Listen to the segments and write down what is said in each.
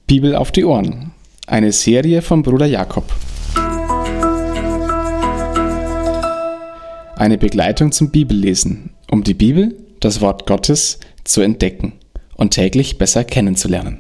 Bibel auf die Ohren. Eine Serie von Bruder Jakob. Eine Begleitung zum Bibellesen, um die Bibel, das Wort Gottes, zu entdecken und täglich besser kennenzulernen.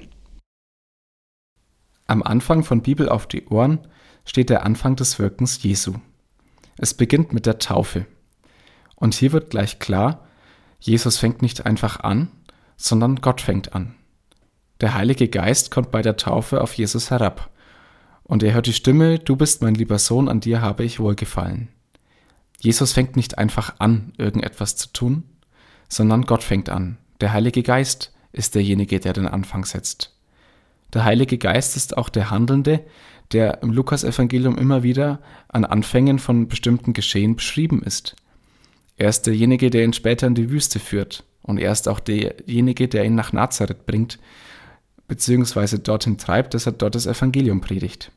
Am Anfang von Bibel auf die Ohren steht der Anfang des Wirkens Jesu. Es beginnt mit der Taufe. Und hier wird gleich klar, Jesus fängt nicht einfach an, sondern Gott fängt an. Der Heilige Geist kommt bei der Taufe auf Jesus herab. Und er hört die Stimme: Du bist mein lieber Sohn, an dir habe ich wohlgefallen. Jesus fängt nicht einfach an, irgendetwas zu tun, sondern Gott fängt an. Der Heilige Geist ist derjenige, der den Anfang setzt. Der Heilige Geist ist auch der Handelnde, der im Lukas-Evangelium immer wieder an Anfängen von bestimmten Geschehen beschrieben ist. Er ist derjenige, der ihn später in die Wüste führt. Und er ist auch derjenige, der ihn nach Nazareth bringt, beziehungsweise dorthin treibt, dass er dort das Evangelium predigt.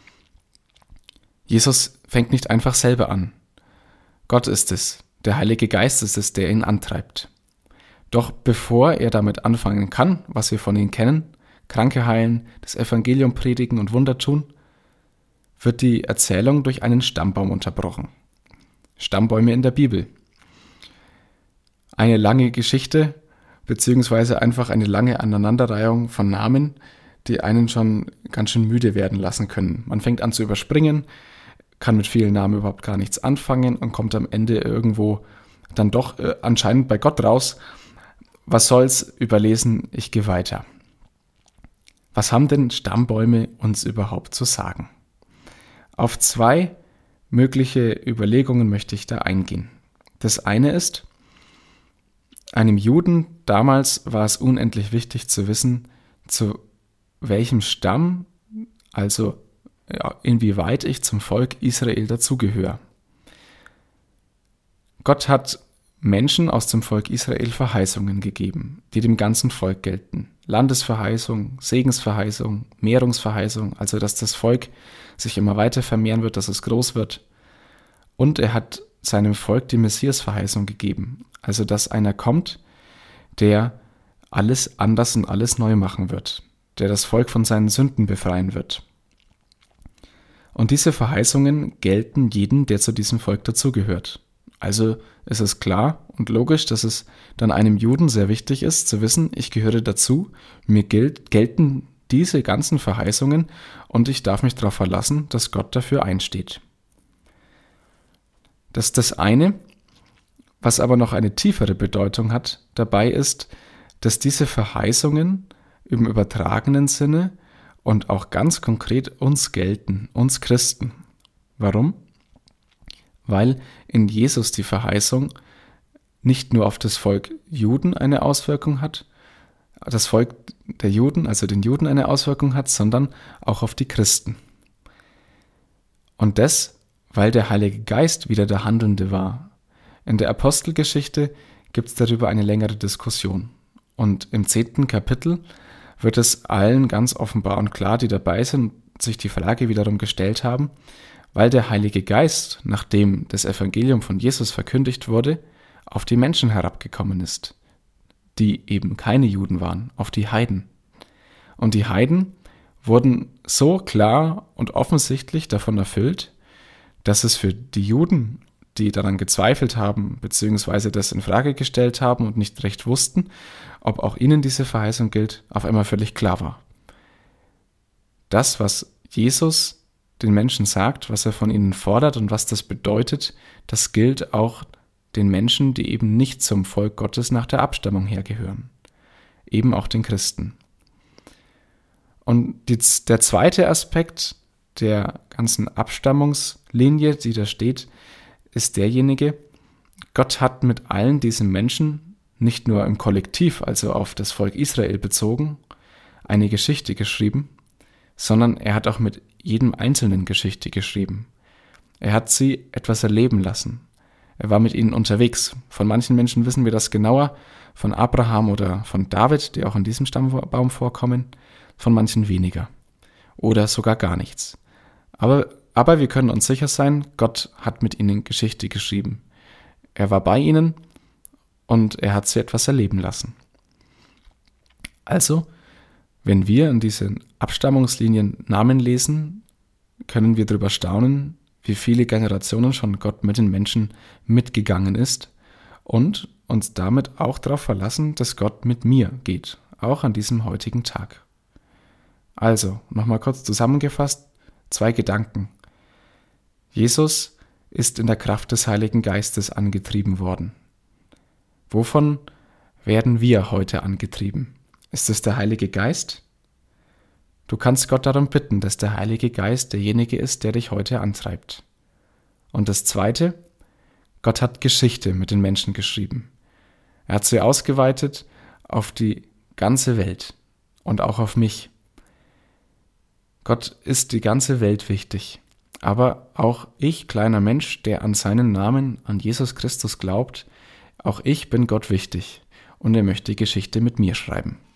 Jesus fängt nicht einfach selber an. Gott ist es, der Heilige Geist ist es, der ihn antreibt. Doch bevor er damit anfangen kann, was wir von ihm kennen, Kranke heilen, das Evangelium predigen und Wunder tun, wird die Erzählung durch einen Stammbaum unterbrochen. Stammbäume in der Bibel. Eine lange Geschichte, beziehungsweise einfach eine lange Aneinanderreihung von Namen, die einen schon ganz schön müde werden lassen können. Man fängt an zu überspringen, kann mit vielen Namen überhaupt gar nichts anfangen und kommt am Ende irgendwo dann doch anscheinend bei Gott raus. Was soll's, überlesen, ich gehe weiter. Was haben denn Stammbäume uns überhaupt zu sagen? Auf zwei mögliche Überlegungen möchte ich da eingehen. Das eine ist, einem Juden damals war es unendlich wichtig zu wissen, zu welchem Stamm, also inwieweit ich zum Volk Israel dazugehöre. Gott hat Menschen aus dem Volk Israel Verheißungen gegeben, die dem ganzen Volk gelten. Landesverheißung, Segensverheißung, Mehrungsverheißung, also dass das Volk sich immer weiter vermehren wird, dass es groß wird. Und er hat seinem Volk die Messiasverheißung gegeben, also dass einer kommt, der alles anders und alles neu machen wird, der das Volk von seinen Sünden befreien wird. Und diese Verheißungen gelten jedem, der zu diesem Volk dazugehört. Also ist es klar und logisch, dass es dann einem Juden sehr wichtig ist, zu wissen, ich gehöre dazu, mir gelten diese ganzen Verheißungen und ich darf mich darauf verlassen, dass Gott dafür einsteht. Das ist das eine. Was aber noch eine tiefere Bedeutung hat dabei ist, dass diese Verheißungen im übertragenen Sinne und auch ganz konkret uns gelten, uns Christen. Warum? Weil in Jesus die Verheißung nicht nur auf das Volk Juden eine Auswirkung hat, das Volk der Juden, also den Juden eine Auswirkung hat, sondern auch auf die Christen. Und das, weil der Heilige Geist wieder der Handelnde war. In der Apostelgeschichte gibt es darüber eine längere Diskussion. Und im 10. Kapitel wird es allen ganz offenbar und klar, die dabei sind, sich die Frage wiederum gestellt haben, weil der Heilige Geist, nachdem das Evangelium von Jesus verkündigt wurde, auf die Menschen herabgekommen ist, die eben keine Juden waren, auf die Heiden. Und die Heiden wurden so klar und offensichtlich davon erfüllt, dass es für die Juden, die daran gezweifelt haben, beziehungsweise das in Frage gestellt haben und nicht recht wussten, ob auch ihnen diese Verheißung gilt, auf einmal völlig klar war. Das, was Jesus den Menschen sagt, was er von ihnen fordert und was das bedeutet, das gilt auch den Menschen, die eben nicht zum Volk Gottes nach der Abstammung hergehören. Eben auch den Christen. Und der zweite Aspekt der ganzen Abstammungslinie, die da steht, ist derjenige, Gott hat mit allen diesen Menschen, nicht nur im Kollektiv, also auf das Volk Israel bezogen, eine Geschichte geschrieben, sondern er hat auch mit jedem Einzelnen Geschichte geschrieben. Er hat sie etwas erleben lassen. Er war mit ihnen unterwegs. Von manchen Menschen wissen wir das genauer, von Abraham oder von David, die auch in diesem Stammbaum vorkommen, von manchen weniger. Oder sogar gar nichts. Aber wir können uns sicher sein, Gott hat mit ihnen Geschichte geschrieben. Er war bei ihnen und er hat sie etwas erleben lassen. Also Wenn wir in diesen Abstammungslinien Namen lesen, können wir darüber staunen, wie viele Generationen schon Gott mit den Menschen mitgegangen ist und uns damit auch darauf verlassen, dass Gott mit mir geht, auch an diesem heutigen Tag. Also, nochmal kurz zusammengefasst, 2 Gedanken. Jesus ist in der Kraft des Heiligen Geistes angetrieben worden. Wovon werden wir heute angetrieben? Ist es der Heilige Geist? Du kannst Gott darum bitten, dass der Heilige Geist derjenige ist, der dich heute antreibt. Und das Zweite, Gott hat Geschichte mit den Menschen geschrieben. Er hat sie ausgeweitet auf die ganze Welt und auch auf mich. Gott ist die ganze Welt wichtig, aber auch ich, kleiner Mensch, der an seinen Namen, an Jesus Christus glaubt, auch ich bin Gott wichtig und er möchte Geschichte mit mir schreiben.